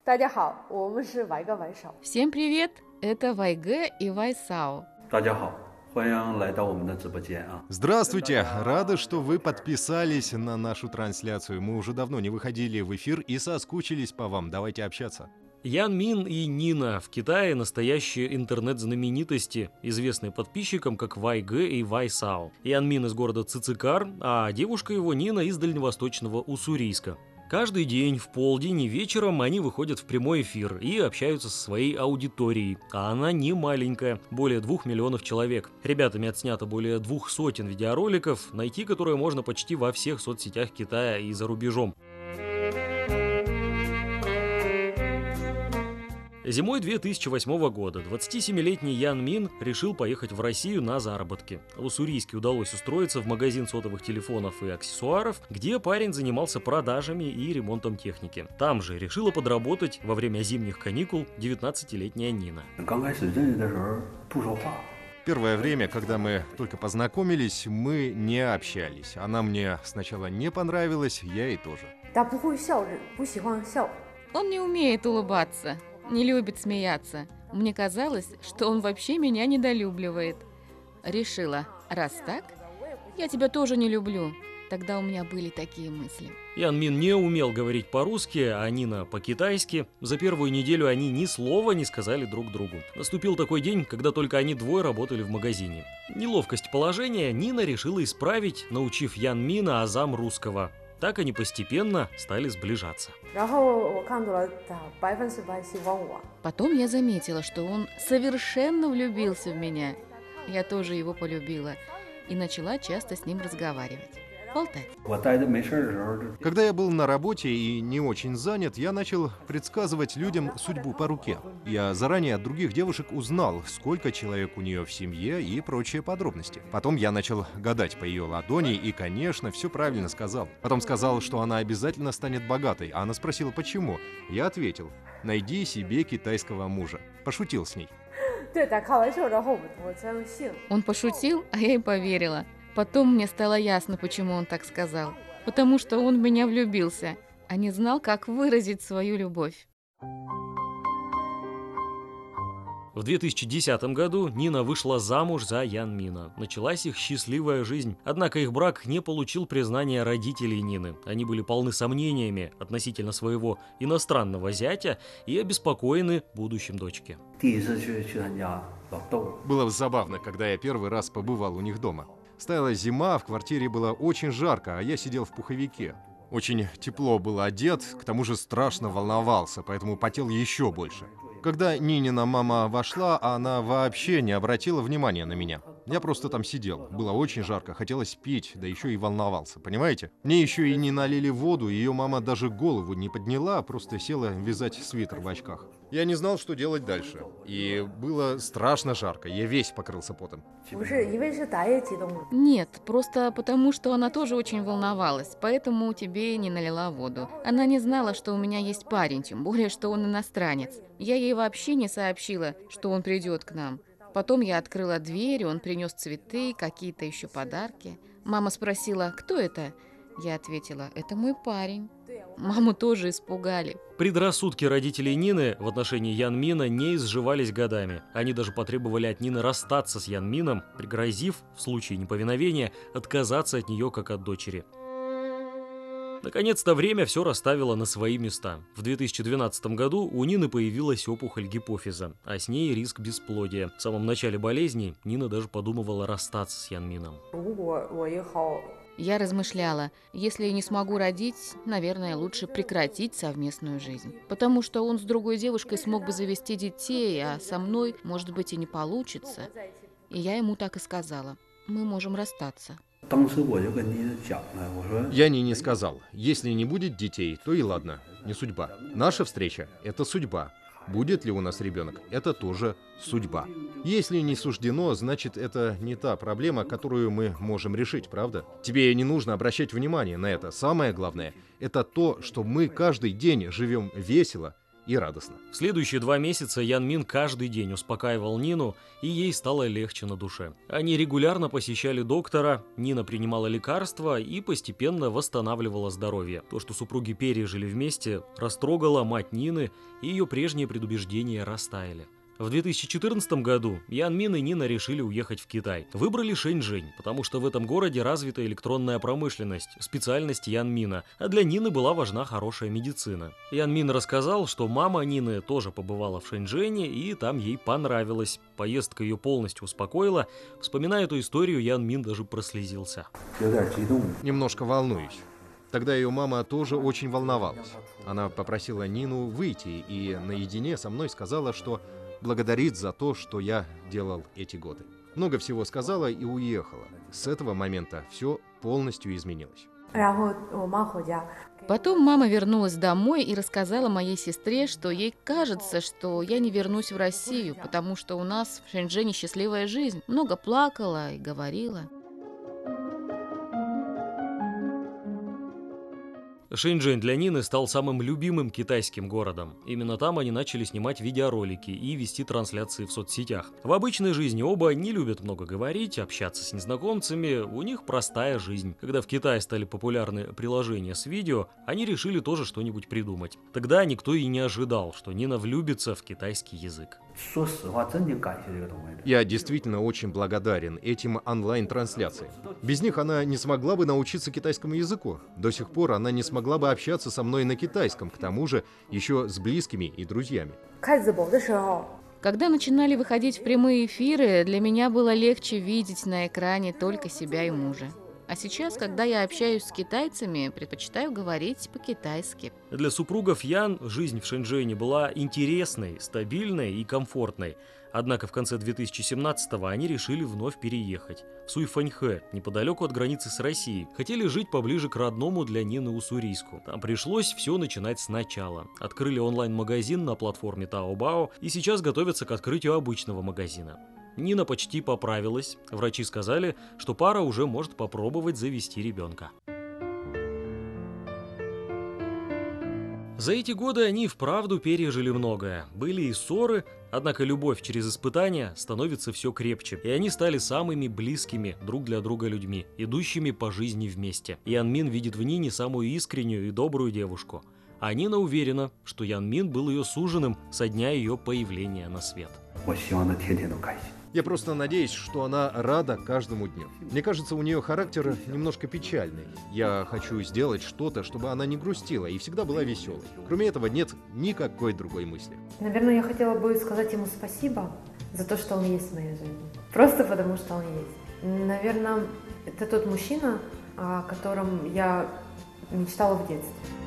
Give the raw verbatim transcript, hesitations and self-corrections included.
Всем привет! Это Вайге и Вайсао. Здравствуйте! Рады, что вы подписались на нашу трансляцию. Мы уже давно не выходили в эфир и соскучились по вам. Давайте общаться. Ян Мин и Нина в Китае настоящие интернет-знаменитости, известные подписчикам как Вайге и Вайсао. Ян Мин из города Цицикар, а девушка его Нина из дальневосточного Уссурийска. Каждый день в полдень и вечером они выходят в прямой эфир и общаются со своей аудиторией, а она не маленькая, более двух миллионов человек. Ребятами отснято более двух сотен видеороликов, найти которые можно почти во всех соцсетях Китая и за рубежом. Зимой две тысячи восьмого года двадцатисемилетний Ян Мин решил поехать в Россию на заработки. В Уссурийске удалось устроиться в магазин сотовых телефонов и аксессуаров, где парень занимался продажами и ремонтом техники. Там же решила подработать во время зимних каникул девятнадцатилетняя Нина. Первое время, когда мы только познакомились, мы не общались. Она мне сначала не понравилась, я ей тоже. Он не умеет улыбаться, не любит смеяться. Мне казалось, что он вообще меня недолюбливает. Решила, раз так, я тебя тоже не люблю. Тогда у меня были такие мысли. Ян Мин не умел говорить по-русски, а Нина по-китайски. За первую неделю они ни слова не сказали друг другу. Наступил такой день, когда только они двое работали в магазине. Неловкость положения Нина решила исправить, научив Ян Мина азам русского. Так они постепенно стали сближаться. Потом я заметила, что он совершенно влюбился в меня. Я тоже его полюбила и начала часто с ним разговаривать. Болтать. Когда я был на работе и не очень занят, я начал предсказывать людям судьбу по руке. Я заранее от других девушек узнал, сколько человек у нее в семье и прочие подробности. Потом я начал гадать по ее ладони и, конечно, все правильно сказал. Потом сказал, что она обязательно станет богатой, а она спросила, почему. Я ответил, найди себе китайского мужа. Пошутил с ней. Он пошутил, а я и поверила. Потом мне стало ясно, почему он так сказал. Потому что он в меня влюбился, а не знал, как выразить свою любовь. В две тысячи десятом году Нина вышла замуж за Ян Мина. Началась их счастливая жизнь. Однако их брак не получил признания родителей Нины. Они были полны сомнениями относительно своего иностранного зятя и обеспокоены будущим дочки. Было забавно, когда я первый раз побывал у них дома. Стояла зима, в квартире было очень жарко, а я сидел в пуховике. Очень тепло был одет, к тому же страшно волновался, поэтому потел еще больше. Когда Нинина мама вошла, она вообще не обратила внимания на меня. Я просто там сидел. Было очень жарко, хотелось пить, да еще и волновался, понимаете? Мне еще и не налили воду, ее мама даже голову не подняла, а просто села вязать свитер в очках. Я не знал, что делать дальше. И было страшно жарко, я весь покрылся потом. Нет, просто потому, что она тоже очень волновалась, поэтому тебе не налила воду. Она не знала, что у меня есть парень, тем более, что он иностранец. Я ей вообще не сообщила, что он придет к нам. Потом я открыла дверь, он принес цветы, какие-то еще подарки. Мама спросила, кто это? Я ответила, это мой парень. Маму тоже испугали. Предрассудки родителей Нины в отношении Ян Мина не изживались годами. Они даже потребовали от Нины расстаться с Ян Мином, пригрозив, в случае неповиновения, отказаться от нее как от дочери. Наконец-то время все расставило на свои места. В две тысячи двенадцатом году у Нины появилась опухоль гипофиза, а с ней риск бесплодия. В самом начале болезни Нина даже подумывала расстаться с Ян Мином. Я размышляла, если я не смогу родить, наверное, лучше прекратить совместную жизнь. Потому что он с другой девушкой смог бы завести детей, а со мной, может быть, и не получится. И я ему так и сказала, мы можем расстаться. Я Нине сказал, если не будет детей, то и ладно, не судьба. Наша встреча – это судьба. Будет ли у нас ребенок – это тоже судьба. Если не суждено, значит, это не та проблема, которую мы можем решить, правда? Тебе не нужно обращать внимание на это. Самое главное – это то, что мы каждый день живем весело и радостно. В следующие два месяца Ян Мин каждый день успокаивал Нину, и ей стало легче на душе. Они регулярно посещали доктора, Нина принимала лекарства и постепенно восстанавливала здоровье. То, что супруги пережили вместе, растрогало мать Нины, и ее прежние предубеждения растаяли. В две тысячи четырнадцатом году Ян Мин и Нина решили уехать в Китай. Выбрали Шэньчжэнь, потому что в этом городе развита электронная промышленность, специальность Ян Мина, а для Нины была важна хорошая медицина. Ян Мин рассказал, что мама Нины тоже побывала в Шэньчжэне, и там ей понравилось. Поездка ее полностью успокоила. Вспоминая эту историю, Ян Мин даже прослезился. Немножко волнуюсь. Тогда ее мама тоже очень волновалась. Она попросила Нину выйти и наедине со мной сказала, что благодарит за то, что я делал эти годы. Много всего сказала и уехала. С этого момента все полностью изменилось. Потом мама вернулась домой и рассказала моей сестре, что ей кажется, что я не вернусь в Россию, потому что у нас в Шэньчжэне счастливая жизнь. Много плакала и говорила. Шэньчжэнь для Нины стал самым любимым китайским городом. Именно там они начали снимать видеоролики и вести трансляции в соцсетях. В обычной жизни оба не любят много говорить, общаться с незнакомцами, у них простая жизнь. Когда в Китае стали популярны приложения с видео, они решили тоже что-нибудь придумать. Тогда никто и не ожидал, что Нина влюбится в китайский язык. Я действительно очень благодарен этим онлайн-трансляциям. Без них она не смогла бы научиться китайскому языку. До сих пор она не смогла бы общаться со мной на китайском, к тому же еще с близкими и друзьями. Когда начинали выходить в прямые эфиры, для меня было легче видеть на экране только себя и мужа. А сейчас, когда я общаюсь с китайцами, предпочитаю говорить по-китайски. Для супругов Ян жизнь в Шэньчжэне была интересной, стабильной и комфортной. Однако в конце две тысячи семнадцатого они решили вновь переехать в Суйфаньхэ, неподалеку от границы с Россией. Хотели жить поближе к родному для Нины Уссурийску. Там пришлось все начинать сначала. Открыли онлайн-магазин на платформе Таобао и сейчас готовятся к открытию обычного магазина. Нина почти поправилась. Врачи сказали, что пара уже может попробовать завести ребенка. За эти годы они вправду пережили многое. Были и ссоры, однако любовь через испытания становится все крепче. И они стали самыми близкими друг для друга людьми, идущими по жизни вместе. Ян Мин видит в Нине самую искреннюю и добрую девушку. А Нина уверена, что Ян Мин был ее суженым со дня ее появления на свет. Я просто надеюсь, что она рада каждому дню. Мне кажется, у нее характер немножко печальный. Я хочу сделать что-то, чтобы она не грустила и всегда была веселой. Кроме этого, нет никакой другой мысли. Наверное, я хотела бы сказать ему спасибо за то, что он есть в моей жизни. Просто потому, что он есть. Наверное, это тот мужчина, о котором я мечтала в детстве.